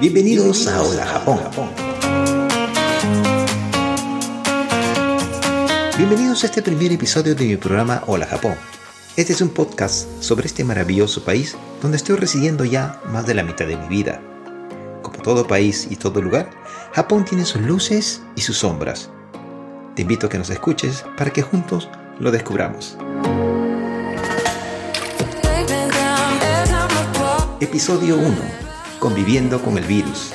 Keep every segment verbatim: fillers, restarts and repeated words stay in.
Bienvenidos a Hola Japón. Bienvenidos a este primer episodio de mi programa Hola Japón. Este es un podcast sobre este maravilloso país donde estoy residiendo ya más de la mitad de mi vida. Como todo país y todo lugar, Japón tiene sus luces y sus sombras. Te invito a que nos escuches para que juntos lo descubramos. Episodio uno. Conviviendo con el virus.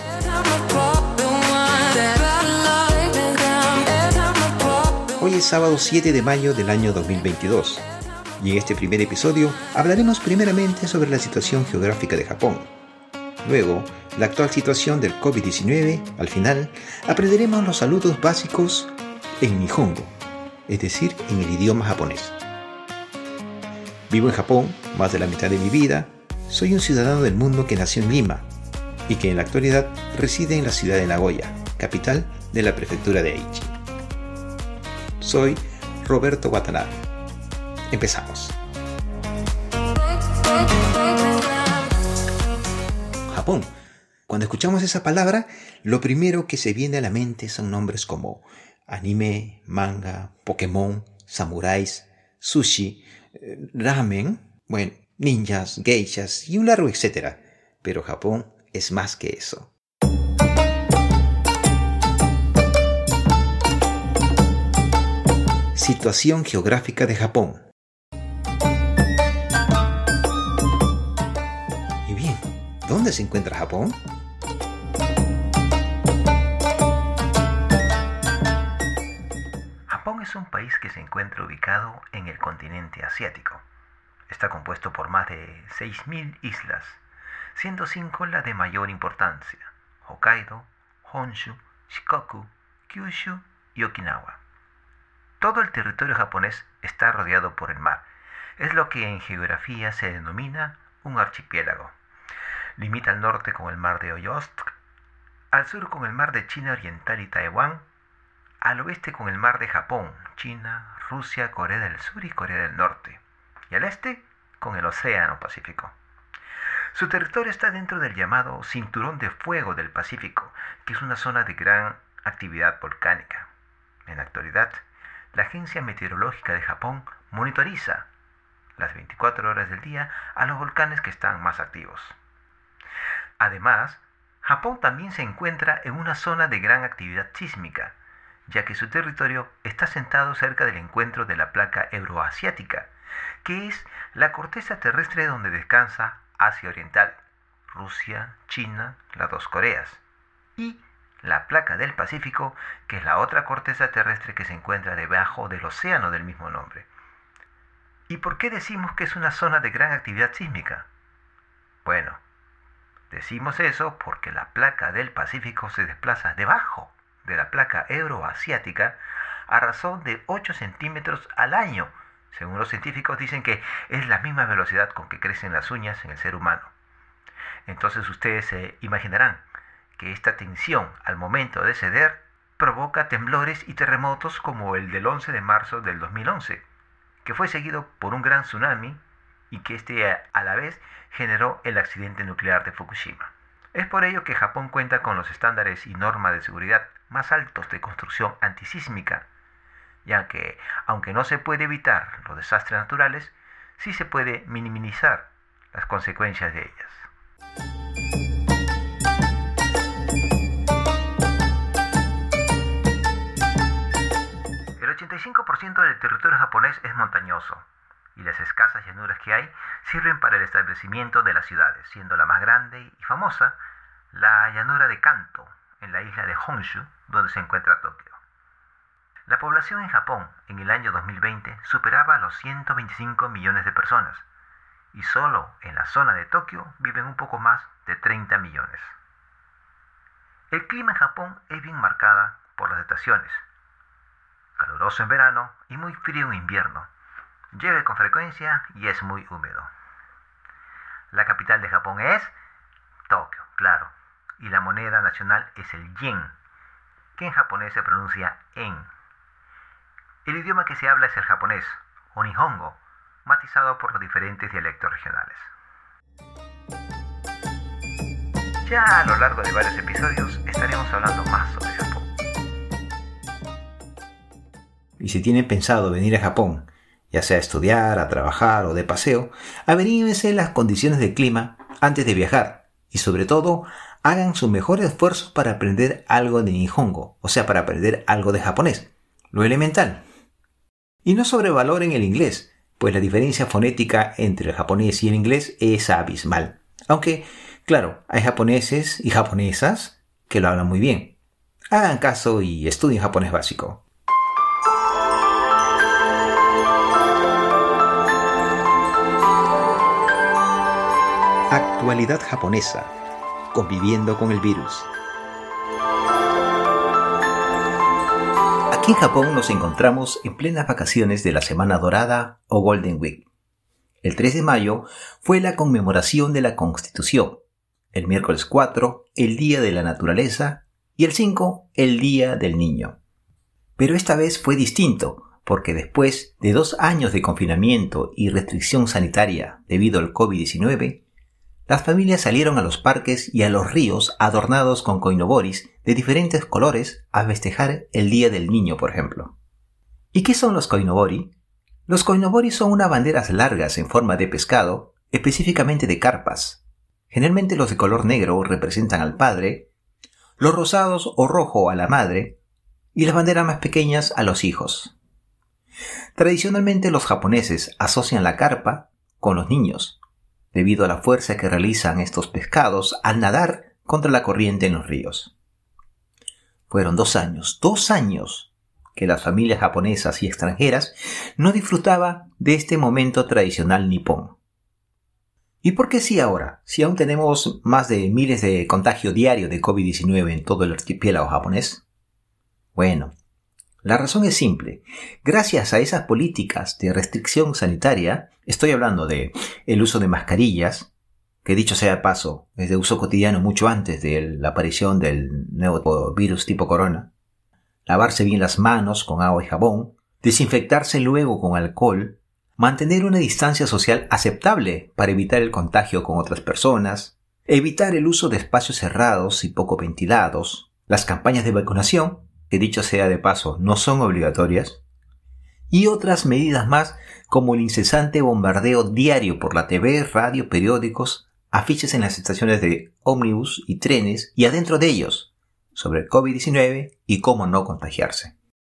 Hoy es sábado siete de mayo del año dos mil veintidós y en este primer episodio hablaremos primeramente sobre la situación geográfica de Japón. Luego, la actual situación del covid diecinueve. Al final, aprenderemos los saludos básicos en Nihongo, es decir, en el idioma japonés. Vivo en Japón más de la mitad de mi vida. Soy un ciudadano del mundo que nació en Lima y que en la actualidad reside en la ciudad de Nagoya, capital de la prefectura de Aichi. Soy Roberto Watanabe. Empezamos. Japón. Cuando escuchamos esa palabra, lo primero que se viene a la mente son nombres como anime, manga, Pokémon, samuráis, sushi, ramen, bueno, ninjas, geishas y un largo etcétera. Pero Japón es más que eso. Situación geográfica de Japón. Y bien, ¿dónde se encuentra Japón? Japón es un país que se encuentra ubicado en el continente asiático. Está compuesto por más de seis mil islas, siendo cinco las de mayor importancia: Hokkaido, Honshu, Shikoku, Kyushu y Okinawa. Todo el territorio japonés está rodeado por el mar. Es lo que en geografía se denomina un archipiélago. Limita al norte con el mar de Ojotsk, al sur con el mar de China Oriental y Taiwán, al oeste con el mar de Japón, China, Rusia, Corea del Sur y Corea del Norte, y al este con el Océano Pacífico. Su territorio está dentro del llamado Cinturón de Fuego del Pacífico, que es una zona de gran actividad volcánica. En la actualidad, la Agencia Meteorológica de Japón monitoriza las veinticuatro horas del día a los volcanes que están más activos. Además, Japón también se encuentra en una zona de gran actividad sísmica, ya que su territorio está asentado cerca del encuentro de la placa euroasiática, que es la corteza terrestre donde descansa Asia Oriental, Rusia, China, las dos Coreas, y la placa del Pacífico, que es la otra corteza terrestre que se encuentra debajo del océano del mismo nombre. ¿Y por qué decimos que es una zona de gran actividad sísmica? Bueno, decimos eso porque la placa del Pacífico se desplaza debajo de la placa euroasiática a razón de ocho centímetros al año. Según los científicos dicen que es la misma velocidad con que crecen las uñas en el ser humano. Entonces ustedes se imaginarán que esta tensión al momento de ceder provoca temblores y terremotos como el del once de marzo del dos mil once, que fue seguido por un gran tsunami y que este a la vez generó el accidente nuclear de Fukushima. Es por ello que Japón cuenta con los estándares y normas de seguridad más altos de construcción antisísmica, ya que, aunque no se puede evitar los desastres naturales, sí se puede minimizar las consecuencias de ellas. El ochenta y cinco por ciento del territorio japonés es montañoso, y las escasas llanuras que hay sirven para el establecimiento de las ciudades, siendo la más grande y famosa la llanura de Kanto, en la isla de Honshu, donde se encuentra Tokio. La población en Japón en el año dos mil veinte superaba los ciento veinticinco millones de personas, y solo en la zona de Tokio viven un poco más de treinta millones. El clima en Japón es bien marcada por las estaciones: caluroso en verano y muy frío en invierno. Llueve con frecuencia y es muy húmedo. La capital de Japón es Tokio, claro, y la moneda nacional es el yen, que en japonés se pronuncia en. El idioma que se habla es el japonés, o Nihongo, matizado por los diferentes dialectos regionales. Ya a lo largo de varios episodios estaremos hablando más sobre Japón. Y si tienen pensado venir a Japón, ya sea a estudiar, a trabajar o de paseo, averíguense las condiciones del clima antes de viajar y sobre todo hagan su mejor esfuerzo para aprender algo de Nihongo, o sea, para aprender algo de japonés, lo elemental. Y no sobrevaloren el inglés, pues la diferencia fonética entre el japonés y el inglés es abismal. Aunque, claro, hay japoneses y japonesas que lo hablan muy bien. Hagan caso y estudien japonés básico. Actualidad japonesa, conviviendo con el virus. Aquí en Japón nos encontramos en plenas vacaciones de la Semana Dorada o Golden Week. El tres de mayo fue la conmemoración de la Constitución, el miércoles cuatro, el Día de la Naturaleza y el cinco, el Día del Niño. Pero esta vez fue distinto, porque después de dos años de confinamiento y restricción sanitaria debido al covid diecinueve, las familias salieron a los parques y a los ríos adornados con koinoboris de diferentes colores a festejar el Día del Niño, por ejemplo. ¿Y qué son los koinobori? Los koinobori son unas banderas largas en forma de pescado, específicamente de carpas. Generalmente los de color negro representan al padre, los rosados o rojo a la madre y las banderas más pequeñas a los hijos. Tradicionalmente los japoneses asocian la carpa con los niños, debido a la fuerza que realizan estos pescados al nadar contra la corriente en los ríos. Fueron dos años, dos años, que las familias japonesas y extranjeras no disfrutaban de este momento tradicional nipón. ¿Y por qué sí ahora, si aún tenemos más de miles de contagios diarios de covid diecinueve en todo el archipiélago japonés? Bueno, la razón es simple. Gracias a esas políticas de restricción sanitaria, estoy hablando de el uso de mascarillas, que dicho sea de paso, es de uso cotidiano mucho antes de la aparición del nuevo virus tipo corona, lavarse bien las manos con agua y jabón, desinfectarse luego con alcohol, mantener una distancia social aceptable para evitar el contagio con otras personas, evitar el uso de espacios cerrados y poco ventilados, las campañas de vacunación, que dicho sea de paso no son obligatorias, y otras medidas más como el incesante bombardeo diario por la T V, radio, periódicos, afiches en las estaciones de ómnibus y trenes y adentro de ellos sobre el covid diecinueve y cómo no contagiarse.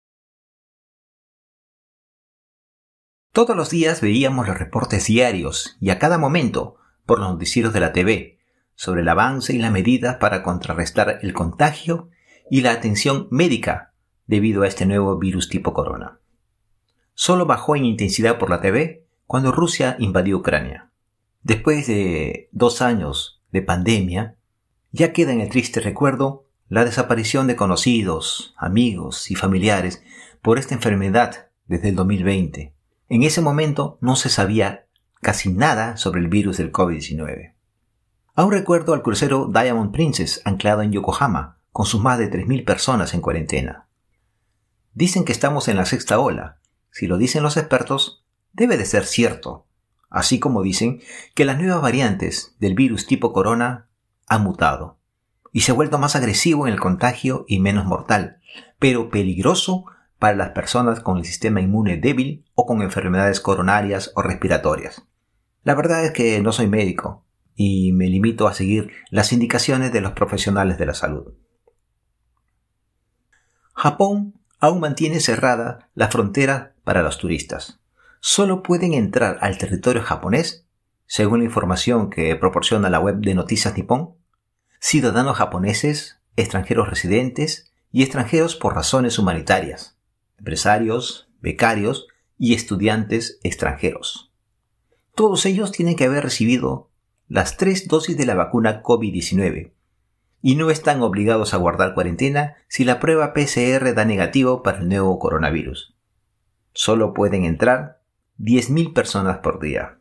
Todos los días veíamos los reportes diarios y a cada momento por los noticieros de la T V sobre el avance y las medidas para contrarrestar el contagio y la atención médica debido a este nuevo virus tipo corona. Solo bajó en intensidad por la T V cuando Rusia invadió Ucrania. Después de dos años de pandemia, ya queda en el triste recuerdo la desaparición de conocidos, amigos y familiares por esta enfermedad desde el dos mil veinte. En ese momento no se sabía casi nada sobre el virus del covid diecinueve. Aún recuerdo al crucero Diamond Princess anclado en Yokohama, con sus más de tres mil personas en cuarentena. Dicen que estamos en la sexta ola. Si lo dicen los expertos, debe de ser cierto. Así como dicen que las nuevas variantes del virus tipo corona han mutado y se ha vuelto más agresivo en el contagio y menos mortal, pero peligroso para las personas con el sistema inmune débil o con enfermedades coronarias o respiratorias. La verdad es que no soy médico y me limito a seguir las indicaciones de los profesionales de la salud. Japón aún mantiene cerrada la frontera para los turistas. Solo pueden entrar al territorio japonés, según la información que proporciona la web de Noticias Nippon, ciudadanos japoneses, extranjeros residentes y extranjeros por razones humanitarias, empresarios, becarios y estudiantes extranjeros. Todos ellos tienen que haber recibido las tres dosis de la vacuna covid diecinueve y no están obligados a guardar cuarentena si la prueba P C R da negativo para el nuevo coronavirus. Solo pueden entrar diez mil personas por día.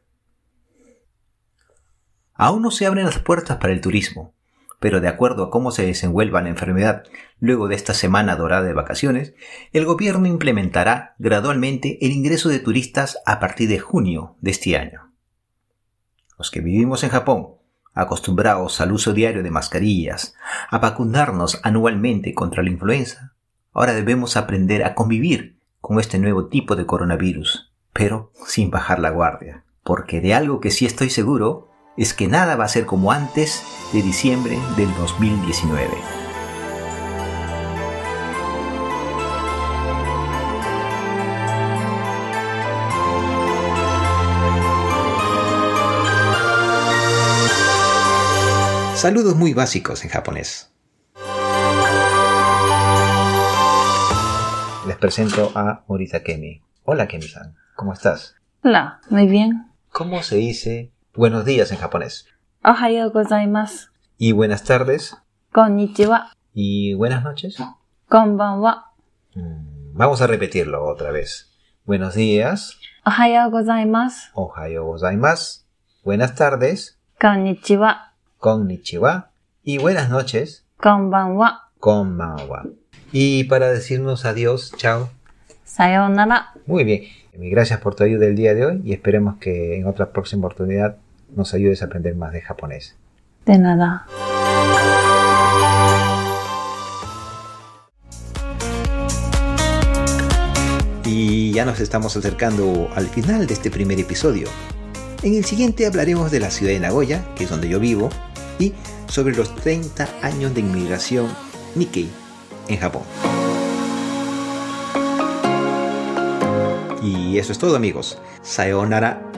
Aún no se abren las puertas para el turismo, pero de acuerdo a cómo se desenvuelva la enfermedad luego de esta semana dorada de vacaciones, el gobierno implementará gradualmente el ingreso de turistas a partir de junio de este año. Los que vivimos en Japón, Acostumbrados al uso diario de mascarillas, a vacunarnos anualmente contra la influenza, ahora debemos aprender a convivir con este nuevo tipo de coronavirus, pero sin bajar la guardia, porque de algo que sí estoy seguro es que nada va a ser como antes de diciembre del dos mil diecinueve. Saludos muy básicos en japonés. Les presento a Morita Kemi. Hola Kemi-san, ¿cómo estás? Hola, muy bien. ¿Cómo se dice buenos días en japonés? Ohayou gozaimasu. ¿Y buenas tardes? Konnichiwa. ¿Y buenas noches? Konbanwa. Mm, vamos a repetirlo otra vez. Buenos días. Ohayou gozaimasu. Ohayou gozaimasu. Buenas tardes. Konnichiwa. Konnichiwa. Y buenas noches. Konbanwa. Konbanwa. Y para decirnos adiós, chao. Sayonara. Muy bien. Gracias por tu ayuda el día de hoy y esperemos que en otra próxima oportunidad nos ayudes a aprender más de japonés. De nada. Y ya nos estamos acercando al final de este primer episodio. En el siguiente hablaremos de la ciudad de Nagoya, que es donde yo vivo, y sobre los treinta años de inmigración Nikkei en Japón. Y eso es todo, amigos. Sayonara.